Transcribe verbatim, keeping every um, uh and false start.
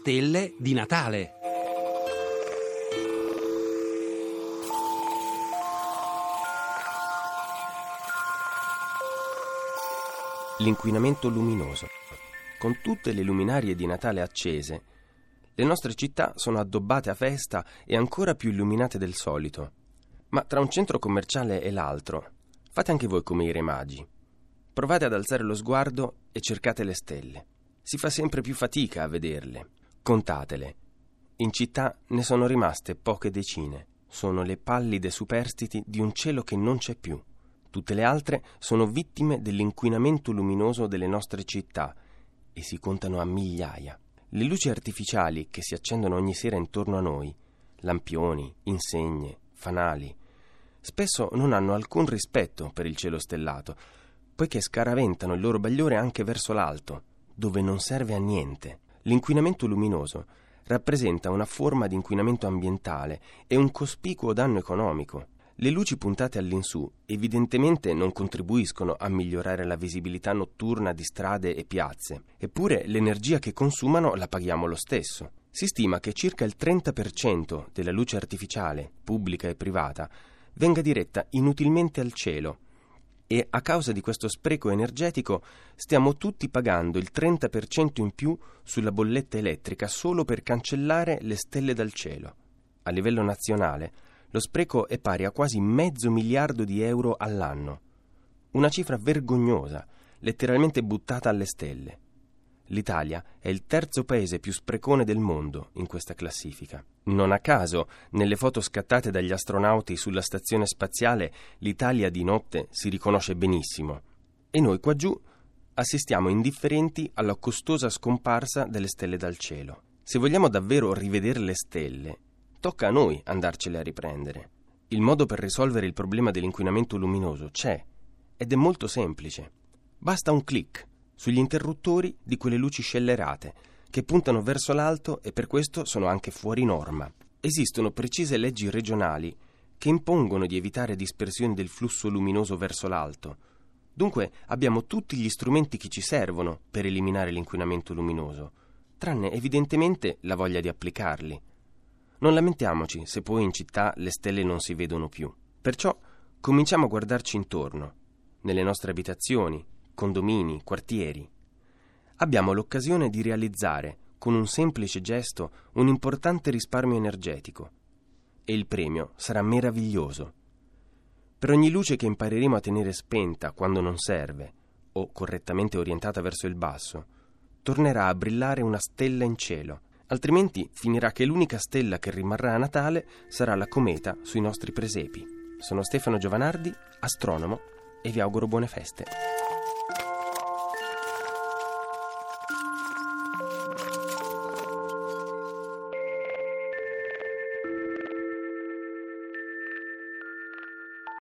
stelle di Natale. L'inquinamento luminoso. Con tutte le luminarie di Natale accese, le nostre città sono addobbate a festa e ancora più illuminate del solito. Ma tra un centro commerciale e l'altro, fate anche voi come i Re Magi. Provate ad alzare lo sguardo e cercate le stelle. Si fa sempre più fatica a vederle. Contatele. In città ne sono rimaste poche decine. Sono le pallide superstiti di un cielo che non c'è più. Tutte le altre sono vittime dell'inquinamento luminoso delle nostre città e si contano a migliaia. Le luci artificiali che si accendono ogni sera intorno a noi, lampioni, insegne, fanali, spesso non hanno alcun rispetto per il cielo stellato, poiché scaraventano il loro bagliore anche verso l'alto, dove non serve a niente. L'inquinamento luminoso rappresenta una forma di inquinamento ambientale e un cospicuo danno economico. Le luci puntate all'insù evidentemente non contribuiscono a migliorare la visibilità notturna di strade e piazze, eppure l'energia che consumano la paghiamo lo stesso. Si stima che circa il trenta per cento della luce artificiale, pubblica e privata, venga diretta inutilmente al cielo e a causa di questo spreco energetico stiamo tutti pagando il trenta per cento in più sulla bolletta elettrica solo per cancellare le stelle dal cielo. A livello nazionale lo spreco è pari a quasi mezzo miliardo di euro all'anno. Una cifra vergognosa, letteralmente buttata alle stelle. L'Italia è il terzo paese più sprecone del mondo in questa classifica. Non a caso, nelle foto scattate dagli astronauti sulla stazione spaziale, l'Italia di notte si riconosce benissimo. E noi qua giù assistiamo indifferenti alla costosa scomparsa delle stelle dal cielo. Se vogliamo davvero rivedere le stelle, tocca a noi andarcele a riprendere. Il modo per risolvere il problema dell'inquinamento luminoso c'è ed è molto semplice. Basta un click sugli interruttori di quelle luci scellerate che puntano verso l'alto e per questo sono anche fuori norma. Esistono precise leggi regionali che impongono di evitare dispersioni del flusso luminoso verso l'alto. Dunque abbiamo tutti gli strumenti che ci servono per eliminare l'inquinamento luminoso, tranne evidentemente la voglia di applicarli. Non lamentiamoci se poi in città le stelle non si vedono più. Perciò cominciamo a guardarci intorno, nelle nostre abitazioni, condomini, quartieri. Abbiamo l'occasione di realizzare, con un semplice gesto, un importante risparmio energetico. E il premio sarà meraviglioso. Per ogni luce che impareremo a tenere spenta quando non serve, o correttamente orientata verso il basso, tornerà a brillare una stella in cielo. Altrimenti finirà che l'unica stella che rimarrà a Natale sarà la cometa sui nostri presepi. Sono Stefano Giovanardi, astronomo, e vi auguro buone feste.